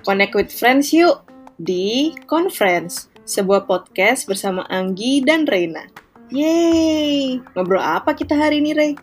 Connect with Friends yuk di Conference, sebuah podcast bersama Anggi dan Reina. Yeay! Ngobrol apa kita hari ini, Rey?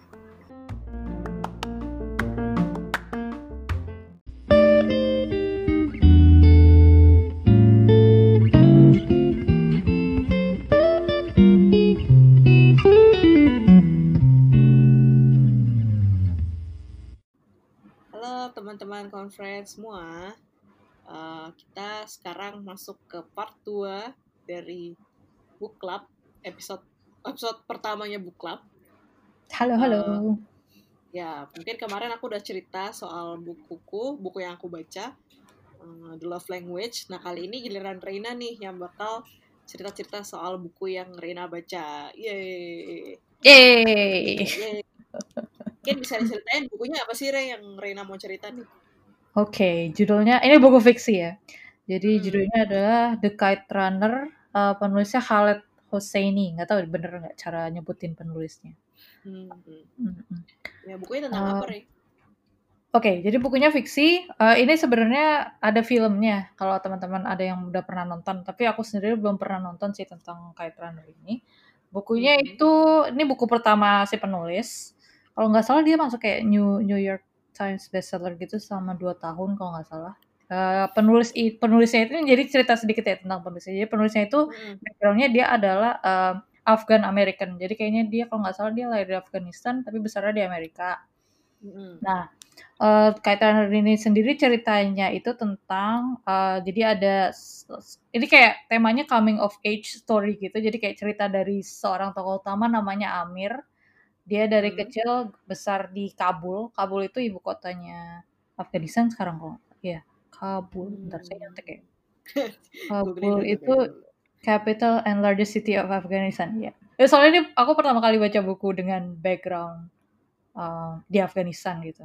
Halo teman-teman Conference semua. Kita sekarang masuk ke part 2 dari Book Club, episode pertamanya Book Club. Halo. Ya, mungkin kemarin aku udah cerita soal buku yang aku baca, The Love Language. Nah, kali ini giliran Reina nih yang bakal cerita-cerita soal buku yang Reina baca. Yeay. Mungkin bisa diceritain bukunya apa sih, Re, yang Reina mau cerita nih? Oke, judulnya ini buku fiksi ya. Jadi judulnya adalah The Kite Runner, penulisnya Khaled Hosseini. Nggak tahu bener nggak cara nyebutin penulisnya. Ya, bukunya tentang apa, Re? Oke, jadi bukunya fiksi. Ini sebenarnya ada filmnya. Kalau teman-teman ada yang udah pernah nonton, tapi aku sendiri belum pernah nonton sih tentang Kite Runner ini. Bukunya ini buku pertama si penulis. Kalau nggak salah dia masuk kayak New York Times bestseller gitu selama 2 tahun kalau nggak salah. Penulisnya itu jadi cerita sedikit ya tentang penulisnya. Jadi penulisnya itu background-nya dia adalah Afghan American. Jadi kayaknya dia kalau nggak salah dia lahir di Afghanistan tapi besarnya di Amerika. Nah, Kite Runner ini sendiri ceritanya itu tentang jadi ada ini kayak temanya coming of age story gitu. Jadi kayak cerita dari seorang tokoh utama namanya Amir. Dia dari kecil besar di Kabul. Kabul itu ibu kotanya Afghanistan sekarang kok. Iya, Kabul. Bentar saya nyontek ya. Kabul itu capital and largest city of Afghanistan. Ya. Soalnya ini aku pertama kali baca buku dengan background di Afghanistan gitu.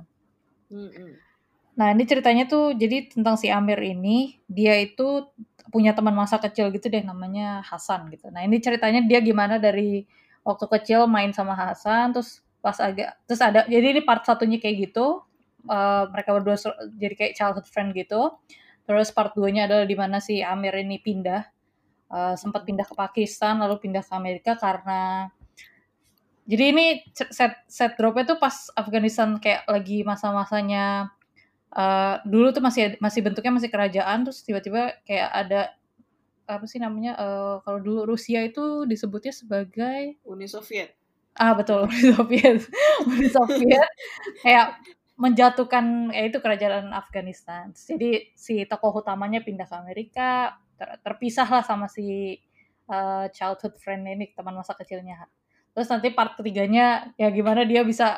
Nah, ini ceritanya tuh jadi tentang si Amir ini, dia itu punya teman masa kecil gitu deh namanya Hasan gitu. Nah, ini ceritanya dia gimana dari waktu kecil main sama Hasan, terus ada jadi ini part satunya kayak gitu. Mereka berdua jadi kayak childhood friend gitu. Terus part 2-nya adalah di mana si Amir ini sempat pindah ke Pakistan lalu pindah ke Amerika karena jadi ini set dropnya tuh pas Afghanistan kayak lagi masa-masanya dulu tuh masih bentuknya masih kerajaan, terus tiba-tiba kayak ada apa sih namanya, kalau dulu Rusia itu disebutnya sebagai Uni Soviet. Betul, Uni Soviet kayak menjatuhkan itu kerajaan Afghanistan. Jadi si tokoh utamanya pindah ke Amerika, terpisahlah sama si childhood friend ini, teman masa kecilnya. Terus nanti part ketiganya ya gimana dia bisa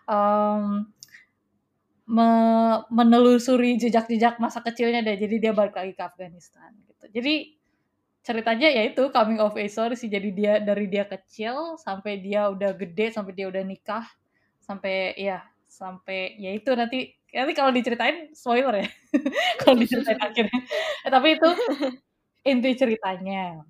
menelusuri jejak-jejak masa kecilnya deh. Jadi dia balik lagi ke Afghanistan gitu. Jadi ceritanya ya itu coming of age story sih. Jadi dia dari dia kecil sampai dia udah gede, sampai dia udah nikah, sampai ya itu nanti kalau diceritain spoiler ya. Kalau diceritain akhirnya. Tapi itu inti ceritanya.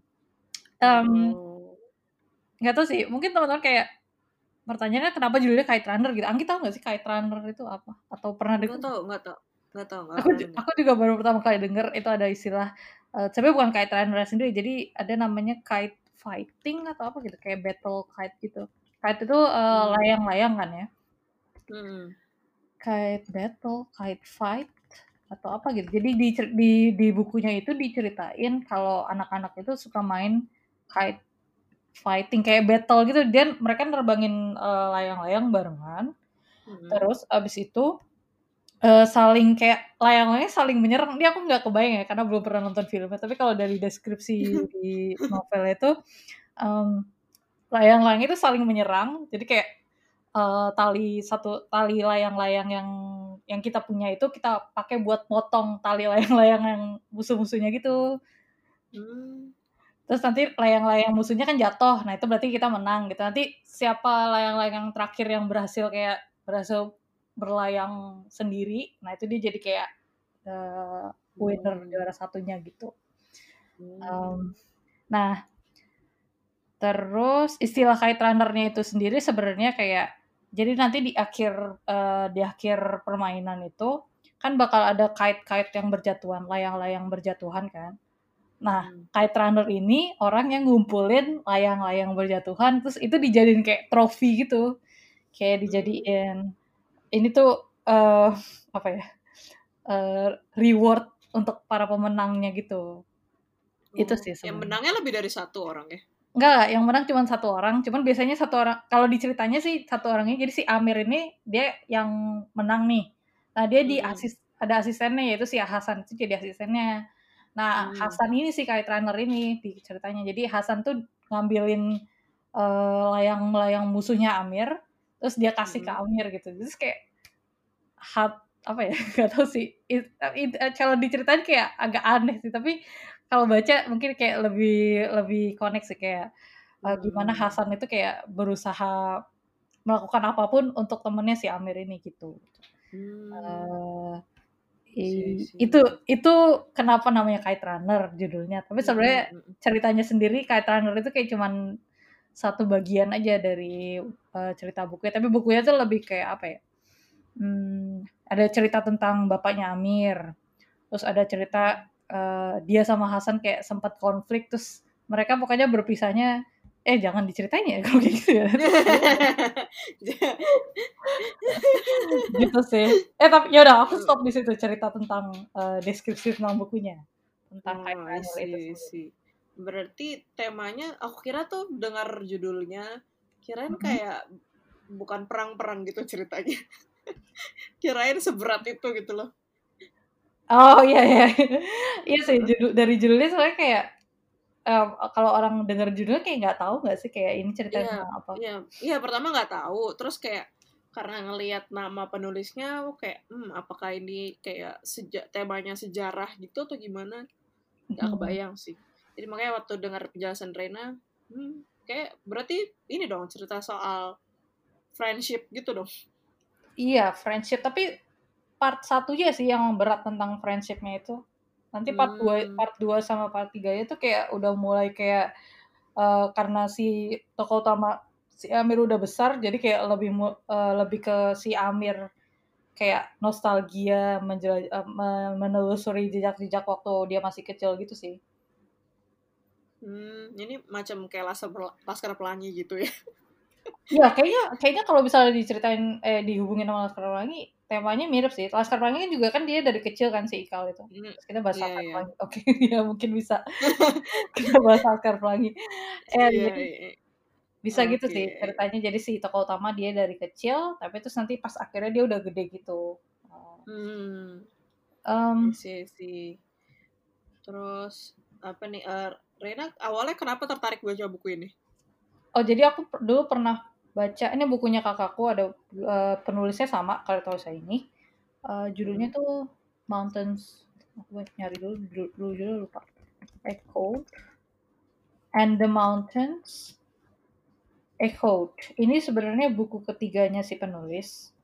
Nggak tahu sih, mungkin teman-teman kayak pertanyaannya kenapa judulnya Kite Runner gitu. Anggi tahu nggak sih Kite Runner itu apa? Atau pernah dengar? Nggak tahu. Aku juga baru pertama kali dengar itu ada istilah, sebenarnya bukan kite runner sendiri, jadi ada namanya kite fighting atau apa gitu, kayak battle kite gitu. Kite itu layang-layang kan ya. Kite battle, kite fight atau apa gitu. Jadi di bukunya itu diceritain kalau anak-anak itu suka main kite fighting kayak battle gitu. Mereka nerbangin layang-layang barengan. Terus abis itu saling kayak layang-layangnya saling menyerang. Dia aku nggak kebayang ya karena belum pernah nonton filmnya. Tapi kalau dari deskripsi di novel itu layang-layang itu saling menyerang. Jadi kayak tali layang-layang yang kita punya itu kita pakai buat potong tali layang-layang yang musuh-musuhnya gitu. Terus nanti layang-layang musuhnya kan jatuh. Nah, itu berarti kita menang gitu. Nanti siapa layang-layang yang terakhir yang berhasil berlayang sendiri, nah itu dia jadi kayak winner juara satunya gitu. Nah, terus istilah kite runner-nya itu sendiri sebenarnya kayak jadi nanti di akhir permainan itu kan bakal ada kite-kite yang berjatuhan, layang-layang berjatuhan kan. Nah, Kite Runner ini orang yang ngumpulin layang-layang berjatuhan, terus itu dijadiin kayak trofi gitu. Kayak dijadiin ini tuh apa ya? Reward untuk para pemenangnya gitu. Itu sih Yang sebenarnya. menangnya lebih dari satu orang ya? Enggak, yang menang cuma satu orang. Cuman biasanya satu orang. Kalau diceritanya sih satu orangnya. Jadi si Amir ini dia yang menang nih. Nah dia ada asistennya yaitu si Hasan itu jadi asistennya. Nah Hasan ini si Kite Runner ini di ceritanya. Jadi Hasan tuh ngambilin layang-layang musuhnya Amir, terus dia kasih ke Amir gitu. Terus kayak apa ya? Gak tau sih. Kalau diceritain kayak agak aneh sih. Tapi kalau baca mungkin kayak lebih connect sih kayak gimana Hasan itu kayak berusaha melakukan apapun untuk temennya si Amir ini gitu. Itu kenapa namanya Kite Runner judulnya. Tapi sebenarnya ceritanya sendiri Kite Runner itu kayak cuman satu bagian aja dari cerita bukunya. Tapi bukunya tuh lebih kayak apa ya? Ada cerita tentang bapaknya Amir. Terus ada cerita dia sama Hasan kayak sempat konflik terus mereka pokoknya berpisahnya jangan diceritain ya kalau kayak gitu ya. Gitu sih. Tapi yaudah aku stop di situ cerita tentang deskripsi tentang bukunya. Tentang Kite Runner itu sendiri. Berarti temanya, aku kira tuh dengar judulnya, kirain kayak bukan perang-perang gitu ceritanya. Kirain seberat itu gitu loh. Oh iya. Iya sih dari judulnya soalnya kayak kalau orang dengar judulnya kayak nggak tahu nggak sih kayak ini cerita tentang apa? Iya pertama nggak tahu, terus kayak karena ngelihat nama penulisnya, kayak apakah ini kayak temanya sejarah gitu atau gimana? Gak kebayang sih. Jadi makanya waktu dengar penjelasan Rena, kayak berarti ini dong cerita soal friendship gitu dong. Iya friendship tapi part 1-nya sih yang berat tentang friendship-nya itu. Nanti part 2 sama part 3-nya tuh kayak udah mulai kayak karena si tokoh utama si Amir udah besar jadi kayak lebih ke si Amir kayak nostalgia menelusuri jejak-jejak waktu dia masih kecil gitu sih. Ini macam kayak Laskar Pelangi gitu ya. Iya, kayaknya kalau misalnya diceritain dihubungin sama Laskar Pelangi, temanya mirip sih. Laskar Pelangi kan juga kan dia dari kecil kan si Ikal itu. Terus kita bahas Laskar Iya. Pelangi. Oke, ya mungkin bisa kita bahas Laskar Pelangi. Jadi Iya. bisa gitu sih ceritanya. Jadi si tokoh utama dia dari kecil, tapi terus nanti pas akhirnya dia udah gede gitu. Sih. Terus apa nih? Rena awalnya kenapa tertarik baca buku ini? Oh jadi aku dulu pernah baca ini bukunya kakakku ada penulisnya sama kalau tahu saya ini judulnya tuh Mountains. Aku nyari dulu lupa. Echo and the Mountains. Echo. Ini sebenarnya buku ketiganya si penulis.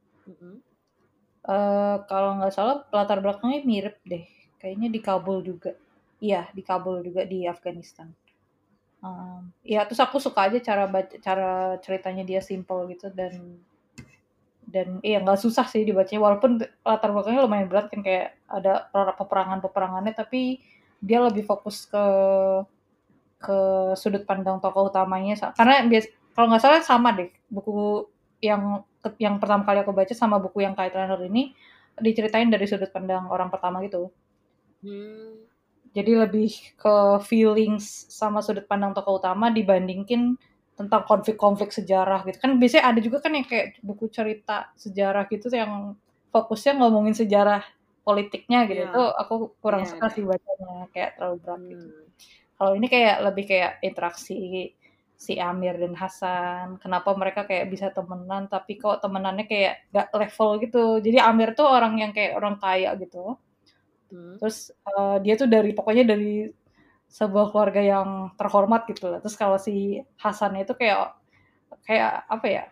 Kalau nggak salah latar belakangnya mirip deh. Kayaknya di Kabul juga. Iya di Kabul juga di Afghanistan. Ya terus aku suka aja cara ceritanya dia simple gitu dan iya nggak susah sih dibacanya walaupun latar belakangnya lumayan berat kan kayak ada peperangannya tapi dia lebih fokus ke sudut pandang tokoh utamanya karena kalau nggak salah sama deh buku yang pertama kali aku baca sama buku yang Kite Runner ini diceritain dari sudut pandang orang pertama gitu. Jadi lebih ke feelings sama sudut pandang tokoh utama dibandingin tentang konflik-konflik sejarah gitu. Kan biasanya ada juga kan yang kayak buku cerita sejarah gitu yang fokusnya ngomongin sejarah politiknya gitu. Itu aku kurang suka sih bacanya, kayak terlalu berat gitu. Kalau ini kayak lebih kayak interaksi si Amir dan Hasan. Kenapa mereka kayak bisa temenan tapi kok temenannya kayak gak level gitu. Jadi Amir tuh orang yang kayak orang kaya gitu. Terus dia tuh pokoknya dari sebuah keluarga yang terhormat gitu lah. Terus kalau si Hasan itu kayak apa ya?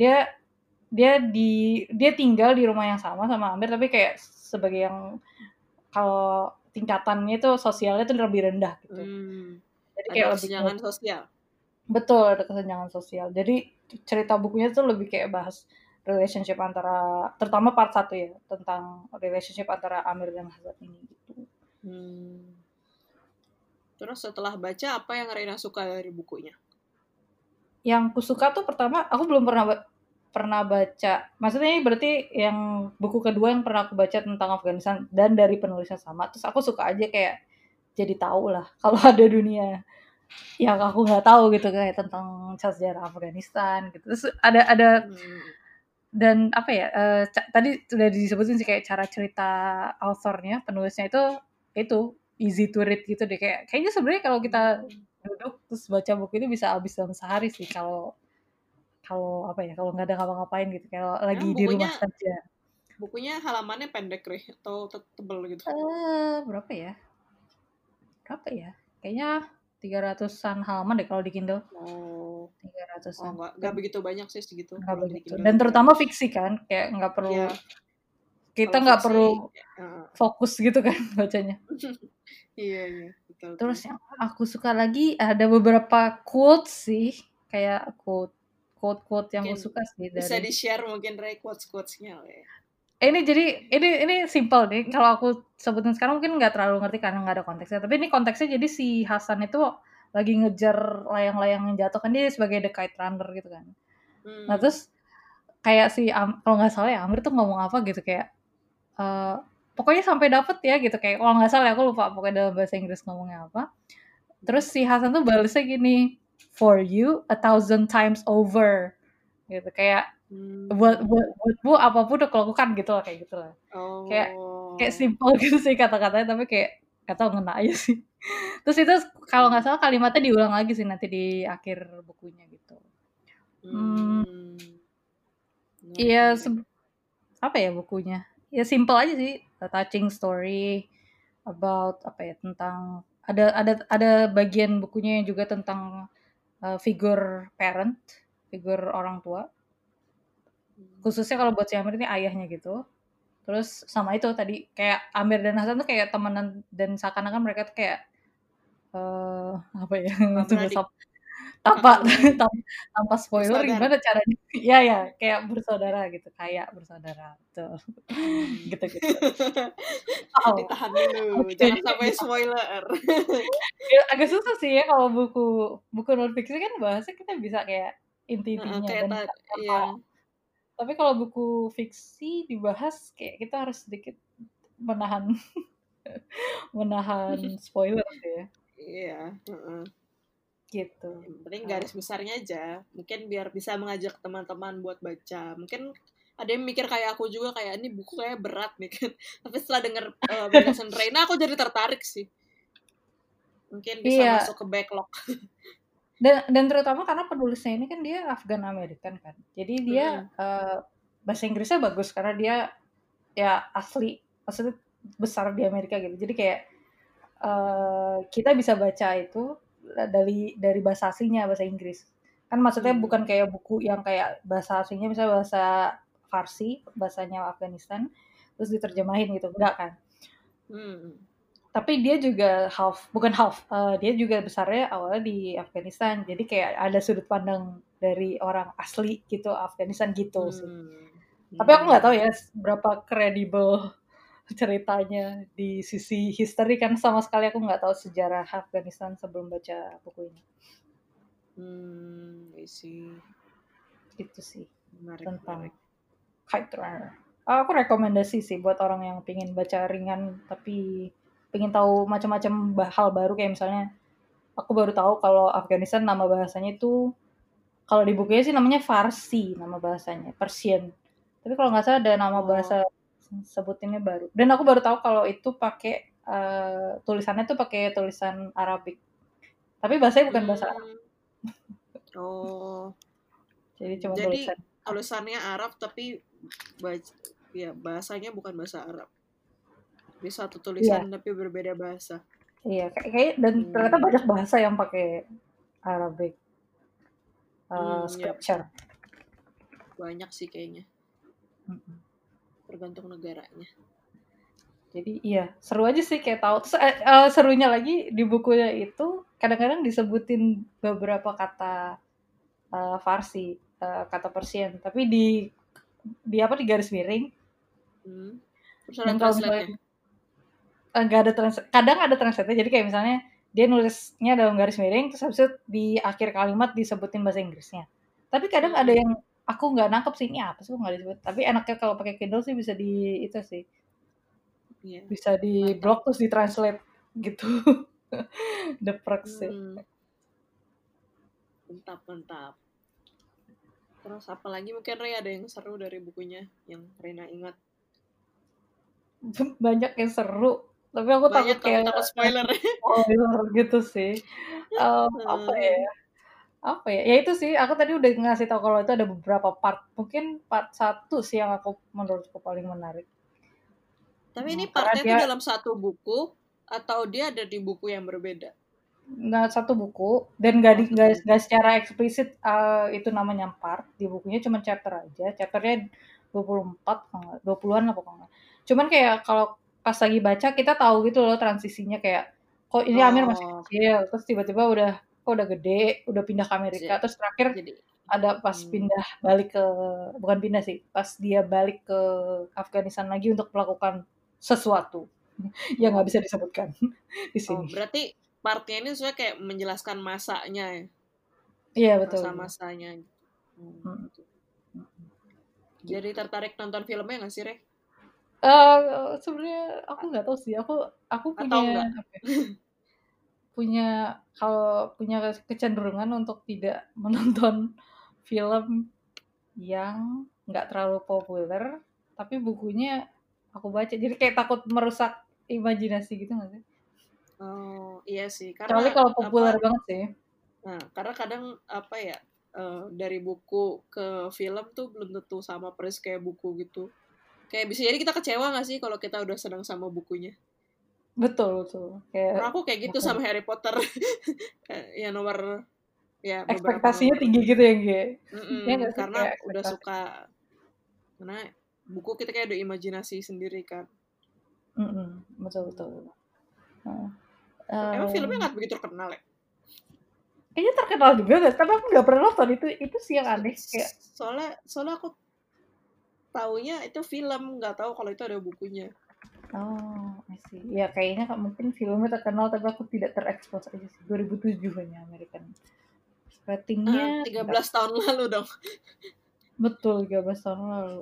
Dia tinggal di rumah yang sama Amir tapi kayak sebagai yang kalau tingkatannya itu sosialnya tuh lebih rendah gitu. Jadi kayak ada lebih kesenjangan sosial. Betul, ada kesenjangan sosial. Jadi cerita bukunya tuh lebih kayak bahas relationship antara, terutama part 1 ya, tentang relationship antara Amir dan Hazat ini gitu. Terus setelah baca, apa yang Reina suka dari bukunya? Yang aku suka tuh pertama, aku belum pernah baca. Maksudnya ini berarti yang buku kedua yang pernah aku baca tentang Afghanistan dan dari penulisnya sama. Terus aku suka aja kayak jadi tahu lah kalau ada dunia yang aku nggak tahu gitu kayak tentang sejarah Afghanistan gitu. Terus ada dan apa ya? Tadi sudah disebutin sih kayak cara cerita authornya, penulisnya itu easy to read gitu deh. Kayaknya sebenarnya kalau kita duduk terus baca buku ini bisa habis dalam sehari sih kalau apa ya, kalau nggak ada ngapa-ngapain gitu, kalau lagi di rumah saja. Bukunya halamannya pendek, Reh, atau tebel gitu? Berapa ya? Kayaknya 300-an halaman deh kalau di Kindle. 300-an. Nggak begitu banyak sih segitu. Nggak begitu. Dan terutama fiksi kan, kayak nggak perlu, kita nggak perlu fokus gitu kan bacanya. Iya, betul. Terus yang aku suka lagi ada beberapa quotes sih, kayak quote yang aku suka sih dari. Bisa di-share mungkin Ray quotes-quotesnya ya. Ini simple nih. Kalau aku sebutin sekarang mungkin nggak terlalu ngerti karena nggak ada konteksnya. Tapi ini konteksnya jadi si Hasan itu lagi ngejar layang-layang yang jatuh, kan dia sebagai the kite runner gitu kan. Nah terus kayak kalau nggak salah ya Amir tuh ngomong apa gitu kayak pokoknya sampai dapet ya gitu, kayak kalau nggak salah aku lupa pokoknya dalam bahasa Inggris ngomongnya apa. Terus si Hasan tuh balesnya gini, for you 1,000 times over gitu, kayak buatmu apapun udah kulakukan gitu lah, kayak gitu lah. Kayak simple gitu sih kata-katanya, tapi kayak nggak tahu ngena aja sih. Terus itu kalau nggak salah kalimatnya diulang lagi sih nanti di akhir bukunya gitu. Iya, apa ya bukunya? Ya simple aja sih, a touching story about apa ya, tentang ada bagian bukunya yang juga tentang figur parent, figur orang tua. Khususnya kalau buat si Amir ini ayahnya gitu. Terus sama itu tadi kayak Amir dan Hasan tuh kayak temenan dan seakan-akan mereka tuh kayak apa ya? Tanpa spoiler gimana caranya? Ya kayak bersaudara gitu, kayak bersaudara tuh. Gitu-gitu. Ditahan dulu, jangan sampai spoiler. Ya, agak susah sih ya kalau buku non fiksi kan bahasanya kita bisa kayak inti-intinya dan tapi kalau buku fiksi dibahas kayak kita harus sedikit menahan spoiler ya. Iya. Gitu. Yang penting garis besarnya aja. Mungkin biar bisa mengajak teman-teman buat baca. Mungkin ada yang mikir kayak aku juga, kayak ini buku kayak berat nih kan. Tapi setelah denger penjelasan Reina, aku jadi tertarik sih. Mungkin bisa masuk ke backlog. Dan terutama karena penulisnya ini kan dia Afgan American kan. Jadi dia bahasa Inggrisnya bagus karena dia ya asli, maksudnya besar di Amerika gitu. Jadi kayak kita bisa baca itu dari bahasa aslinya, bahasa Inggris. Kan maksudnya bukan kayak buku yang kayak bahasa aslinya misalnya bahasa Farsi, bahasanya Afghanistan, terus diterjemahin gitu, enggak kan. Tapi dia juga dia juga besarnya awalnya di Afghanistan. Jadi kayak ada sudut pandang dari orang asli gitu Afghanistan gitu sih. Tapi aku nggak tahu ya berapa kredibel ceritanya di sisi history, kan sama sekali aku nggak tahu sejarah Afghanistan sebelum baca buku ini. Gitu sih tentang Kite Runner. Aku rekomendasi sih buat orang yang pingin baca ringan tapi pingin tahu macam-macam hal baru, kayak misalnya aku baru tahu kalau Afghanistan nama bahasanya itu, kalau di bukunya sih namanya Farsi, nama bahasanya Persian. Tapi kalau nggak salah ada nama bahasa sebutinnya baru. Dan aku baru tahu kalau itu pakai tulisannya tuh pakai tulisan Arabik. Tapi bahasanya bukan bahasa Arab. Jadi cuma tulisannya Arab tapi bahasanya bukan bahasa Arab. Di satu tulisan tapi berbeda bahasa. Iya, kayak dan ternyata banyak bahasa yang pakai Arabic scripture. Banyak sih kayaknya. Tergantung negaranya. Jadi iya, seru aja sih kayak tahu. Terus, serunya lagi di bukunya itu kadang-kadang disebutin beberapa kata Farsi, kata Persian, tapi di apa, di garis miring. Terus ada Dan kalau misalnya translate-nya. nggak ada kadang ada translate, jadi kayak misalnya dia nulisnya dalam garis miring, terus habis itu di akhir kalimat disebutin bahasa Inggrisnya. Tapi kadang ada yang aku nggak nangkep sih, ini apa sih kok nggak disebut. Tapi enaknya kalau pakai Kindle sih bisa di itu sih, Iya, bisa di mantap. blok terus ditranslate gitu. The perks sih. Mantap. Terus apa lagi mungkin Ray ada yang seru dari bukunya yang Rena ingat? Banyak yang seru, tapi aku takut Banyak tapi kayak takut spoiler. spoiler gitu sih. Apa ya? Apa ya? Ya itu sih, aku tadi udah ngasih tahu kalau itu ada beberapa part. Mungkin part 1 sih yang menurutku paling menarik. Tapi ini Karena partnya dia tuh dalam satu buku atau dia ada di buku yang berbeda? nggak satu buku dan nggak Oh, satu buku. nggak secara eksplisit itu namanya part di bukunya, cuma chapter aja. Chapternya 24 kalau nggak 20-an lah pokoknya. Cuman kayak kalau pas lagi baca kita tahu gitu loh transisinya, kayak kok ini Amir masih Oh, kecil, terus tiba-tiba udah gede, udah pindah ke Amerika, terus terakhir jadi ada pas pindah balik ke, bukan pindah sih, pas dia balik ke Afghanistan lagi untuk melakukan sesuatu yang nggak bisa disebutkan di sini. berarti partnya ini sebenarnya kayak menjelaskan masanya ya, Iya betul. masa-masanya. Gitu. Jadi tertarik nonton filmnya nggak sih, Re? Sebenarnya aku nggak tahu sih. Aku Atau punya enggak? apa ya, punya kecenderungan untuk tidak menonton film yang nggak terlalu populer, tapi bukunya aku baca. Jadi kayak takut merusak imajinasi gitu nggak sih? Oh, iya sih. Kecuali Karena kalau populer apa? banget sih. Nah, karena kadang apa ya, dari buku ke film tuh belum tentu sama persis kayak buku gitu. Kayak bisa jadi kita kecewa nggak sih kalau kita udah senang sama bukunya? Betul betul. Karena Kayak aku kayak gitu sama Harry Potter. Ya nomor, ya beberapa ekspektasinya nomor. tinggi gitu ya, Gi. Ya nggak sih? Karena Kayak udah ekspektasi. suka, karena buku kita kayak ada imajinasi sendiri kan. Betul betul. Heeh. Emang filmnya nggak begitu terkenal ya? Kayaknya terkenal juga guys, tapi aku nggak pernah nonton itu sih yang aneh kayak. Soalnya aku taunya itu film, nggak tahu kalau itu ada bukunya. Oh, I see. Ya kayaknya mungkin filmnya terkenal tapi aku tidak terekspos aja sih. 2007 hanya American. Ratingnya 13 tahun lalu dong. betul 13 tahun lalu.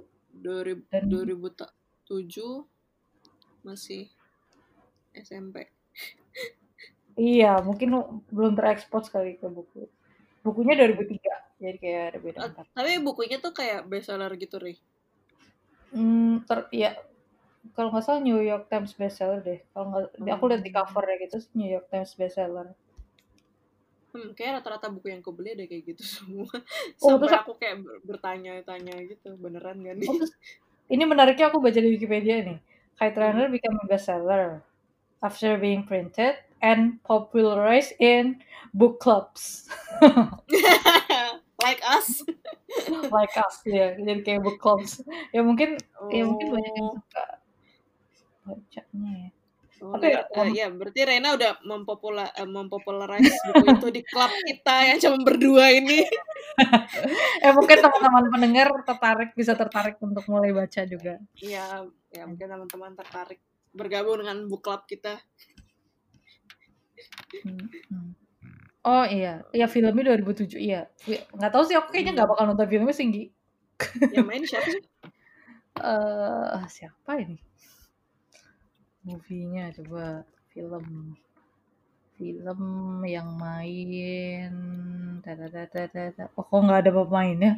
2007 masih SMP. Iya, mungkin belum terekspos kali ke buku. Bukunya 2003, jadi kayak ada beda 4. Tapi bukunya tuh kayak bestseller gitu, Ri. Ya, kalau nggak salah New York Times bestseller deh. Kalau nggak, aku lihat di covernya gitu New York Times bestseller. Kayak rata-rata buku yang aku beli ada kayak gitu semua. Oh, Sampai terus aku kayak bertanya-tanya gitu, beneran gak nih? terus ini menariknya aku baca di Wikipedia nih. Kite Runner Hmm. became a bestseller after being printed and popularized in book clubs. Like us. Like us ya, jadi kayak book clubs. Ya mungkin banyak yang suka bacanya ya. Tapi Ya berarti Rena udah mempopularize buku itu di klub kita yang cuma berdua ini. Mungkin teman-teman pendengar bisa tertarik untuk mulai baca juga. Iya, ya mungkin teman-teman tertarik bergabung dengan book club kita. Oh iya, ya filmnya 2007 iya. Nggak tahu sih, aku kayaknya nggak bakal nonton filmnya sih, Gi. Yang main siapa sih? Siapa ini? Movie-nya coba film yang main. Oh, kok nggak ada pemainnya?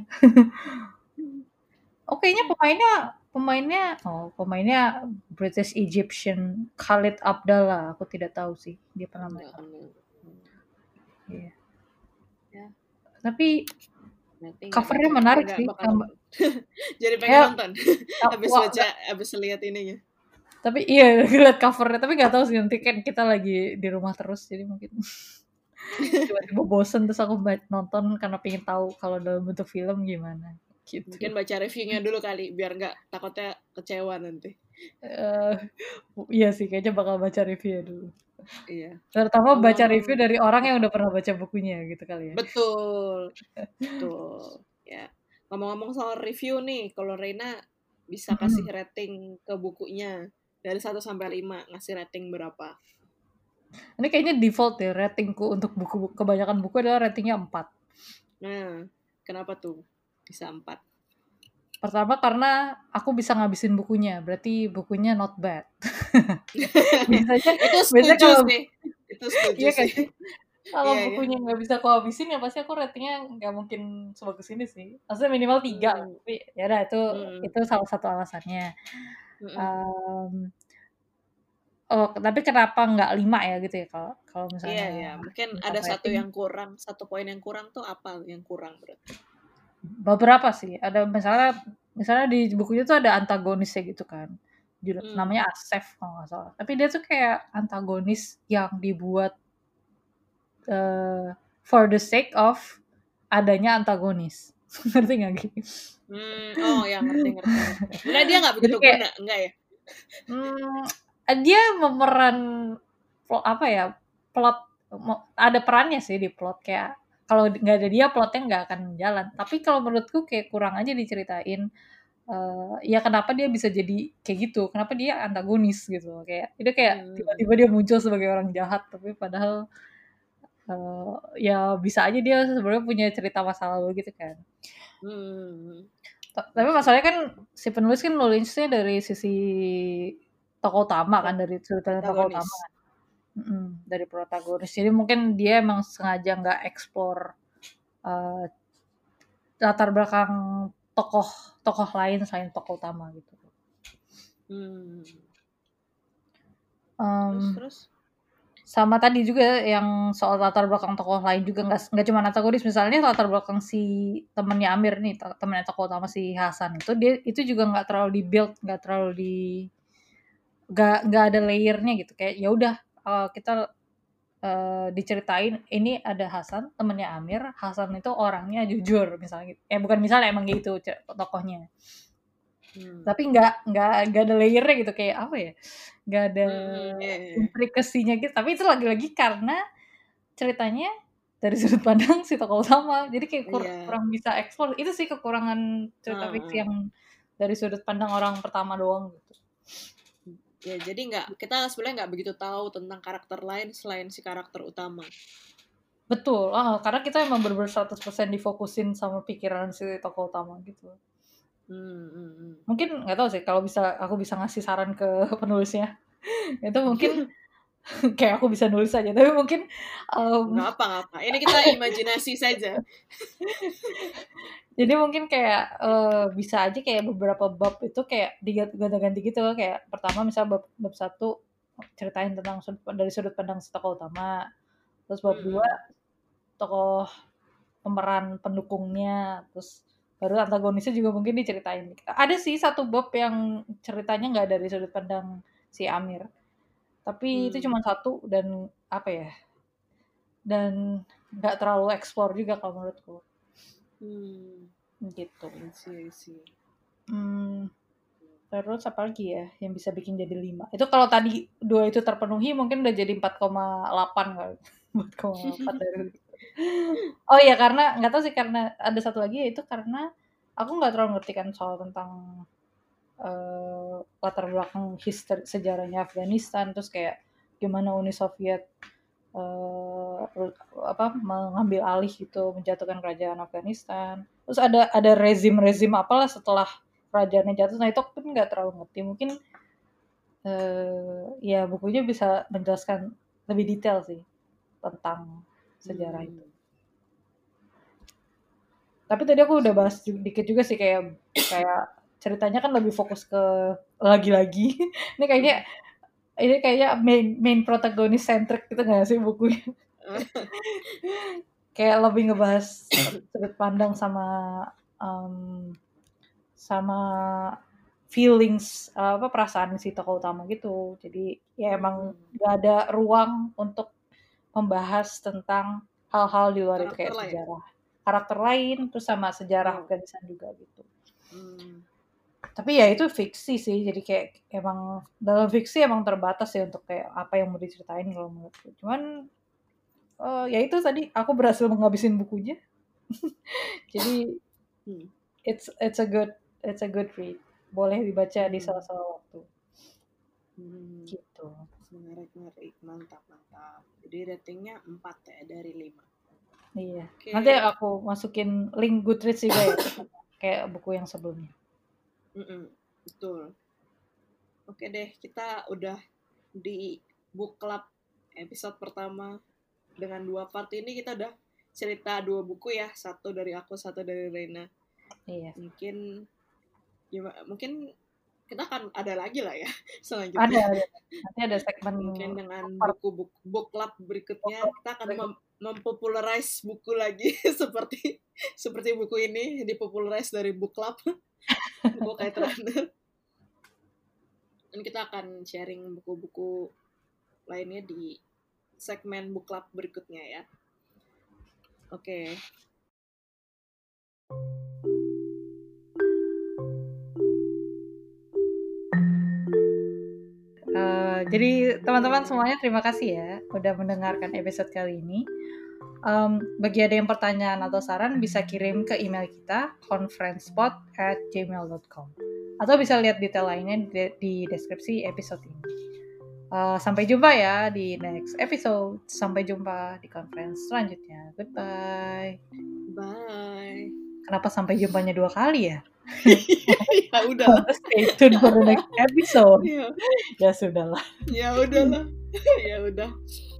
Oh, kayaknya pemainnya British Egyptian Khalid Abdallah. Aku tidak tahu sih dia pernah main. Iya. Ya. Tapi covernya menarik sih. Jadi pengen nonton. Habis lihat ininya. Tapi iya lihat covernya, tapi nggak tahu sih, nanti kan kita lagi di rumah terus jadi mungkin tiba-tiba bosen terus aku nonton karena pengen tahu kalau dalam bentuk film gimana. Gitu. Mungkin baca reviewnya dulu kali biar nggak takutnya kecewa nanti. Iya sih, kayaknya bakal baca reviewnya dulu. Iya. Terutama baca review dari orang yang udah pernah baca bukunya gitu kali ya. Betul. Ya. Ngomong-ngomong soal review nih, kalau Reina bisa kasih rating ke bukunya dari 1 sampai 5, ngasih rating berapa? Ini kayaknya default ya ratingku untuk buku kebanyakan buku adalah ratingnya 4. Nah, kenapa tuh bisa 4? Pertama karena aku bisa ngabisin bukunya, berarti bukunya not bad. biasanya Itu biasanya setuju kalau sih. Itu setuju iya kan sih. sih? Kalau Iya, iya. bukunya nggak bisa aku habisin ya pasti aku ratingnya nggak mungkin sebagus ini sih. Maksudnya minimal 3 lah, Hmm. tapi ya udah Hmm. itu salah satu alasannya. Hmm. Mmm, oh tapi kenapa nggak 5 ya gitu ya kalau kalau Iya, misalnya iya. Mungkin tentang ada satu rating? yang kurang, satu poin yang kurang tuh apa yang kurang berarti? Beberapa sih, ada misalnya misalnya di bukunya tuh ada antagonisnya gitu kan, Hmm. namanya Asef kalau nggak salah. Tapi dia tuh kayak antagonis yang dibuat for the sake of adanya antagonis. Ngerti nggak gitu? Oh ya, ngerti, ngerti, ngerti. Sebenarnya dia nggak Jadi begitu kayak guna, enggak ya? hmm, dia memeran apa ya plot ada perannya sih di plot kayak kalau nggak ada dia plotnya nggak akan jalan. Tapi kalau menurutku kayak kurang aja diceritain ya kenapa dia bisa jadi kayak gitu, kenapa dia antagonis gitu kayak itu kayak Hmm. tiba-tiba dia muncul sebagai orang jahat tapi padahal ya bisa aja dia sebenarnya punya cerita masa lalu gitu kan. Hmm. I Tapi see. masalahnya kan si penulis kan nulisnya dari sisi tokoh utama kan, dari sudut pandang tokoh utama Protagonis. kan, dari protagonis. Jadi mungkin dia emang sengaja nggak explore eee, latar belakang tokoh tokoh lain selain tokoh utama gitu. Hmm. Terus, Mmm, terus? sama tadi juga yang soal latar belakang tokoh lain juga nggak cuma antagonis, misalnya latar belakang si temennya Amir nih, temennya tokoh utama si Hasan itu dia itu juga nggak terlalu di-build, nggak terlalu nggak ada layer-nya gitu, kayak ya udah, kita, diceritain ini ada Hasan, temennya Amir, Hasan itu orangnya jujur misalnya gitu, bukan misalnya emang gitu tokohnya. Hmm. Tapi nggak ada layer-nya gitu, kayak apa ya, nggak ada Hmm. Iya, iya. intrikasinya gitu, tapi itu lagi-lagi karena ceritanya dari sudut pandang si tokoh utama, jadi kayak Iya. kurang bisa explore, itu sih kekurangan cerita fiksi Heeh. yang dari sudut pandang orang pertama doang gitu. Ya, jadi kita sebenarnya nggak begitu tahu tentang karakter lain selain si karakter utama. Betul, karena kita emang bener-bener 100% difokusin sama pikiran si tokoh utama gitu. Hmm. Hmm. Mungkin nggak tahu sih kalau aku bisa ngasih saran ke penulisnya, itu mungkin kayak aku bisa nulis aja, tapi mungkin, Nggak apa, nggak apa. Ini kita imajinasi saja. jadi mungkin kayak, bisa aja kayak beberapa bab itu kayak digonta-ganti gitu, kayak pertama misalnya bab 1 ceritain tentang dari sudut pandang si tokoh utama, terus bab 2 Hmm. tokoh pemeran pendukungnya, terus baru antagonisnya juga mungkin diceritain. Ada sih satu bab yang ceritanya nggak dari sudut pandang si Amir, tapi itu Hmm. cuma satu dan apa ya, dan nggak terlalu explore juga kalau menurutku, Hmm. gitu. I see, I see. Mmm, terus apalagi ya yang bisa bikin jadi 5? Itu kalau tadi 2 itu terpenuhi mungkin udah jadi 4,8 kali, 4,8 dari oh iya karena nggak tahu sih karena ada satu lagi yaitu karena aku nggak terlalu ngerti kan soal tentang, latar belakang sejarahnya Afghanistan, terus kayak gimana Uni Soviet, mengambil alih gitu, menjatuhkan kerajaan Afghanistan. Terus ada rezim-rezim apalah setelah kerajaannya jatuh, nah itu aku kan nggak terlalu ngerti. Mungkin, ya bukunya bisa menjelaskan lebih detail sih tentang sejarah itu. Hmm. Tapi tadi aku udah bahas dikit juga sih kayak kayak ceritanya kan lebih fokus ke lagi-lagi. Ini kayaknya ini kayaknya main main protagonis centric gitu nggak sih bukunya? Kayak lebih ngebahas sudut pandang sama um, sama feelings apa perasaan si tokoh utama gitu. Jadi ya emang Hmm. nggak ada ruang untuk membahas tentang hal-hal di luar itu Karakter kayak lah ya. sejarah karakter lain terus sama sejarah Oh. Afghanistan juga gitu. Hmm. Tapi ya itu fiksi sih, jadi kayak emang dalam fiksi emang terbatas ya untuk kayak apa yang mau diceritain kalau menurutku. Cuman ya itu tadi aku berhasil menghabisin bukunya. Jadi Hmm. it's a good read. Boleh dibaca di salah-salah waktu. Gitu. Menarik, mantap. Jadi ratingnya 4 ya dari 5. Iya. Oke. Nanti aku masukin link Goodreads juga ya, kayak buku yang sebelumnya. Betul. Oke deh, kita udah di book club episode pertama dengan 2 part ini. Kita udah cerita 2 buku ya, satu dari aku, satu dari Reina. Iya. Mungkin kita akan ada lagi lah ya selanjutnya. Ada. Nanti ada segmen mungkin dengan buku book club berikutnya kita akan mempopularize buku lagi seperti buku ini dipopularize dari book club buku Kite Runner. Dan kita akan sharing buku-buku lainnya di segmen book club berikutnya ya. Oke. Jadi teman-teman semuanya terima kasih ya udah mendengarkan episode kali ini. Bagi ada yang pertanyaan atau saran bisa kirim ke email kita conferencepod@gmail.com atau bisa lihat detail lainnya di deskripsi episode ini. Sampai jumpa ya di next episode. Sampai jumpa di conference selanjutnya. Goodbye. Bye. Kenapa sampai jumpanya 2 kali ya? Ya udah. Stay tuned for the next episode. Ya sudahlah. Ya udahlah. Ya udah.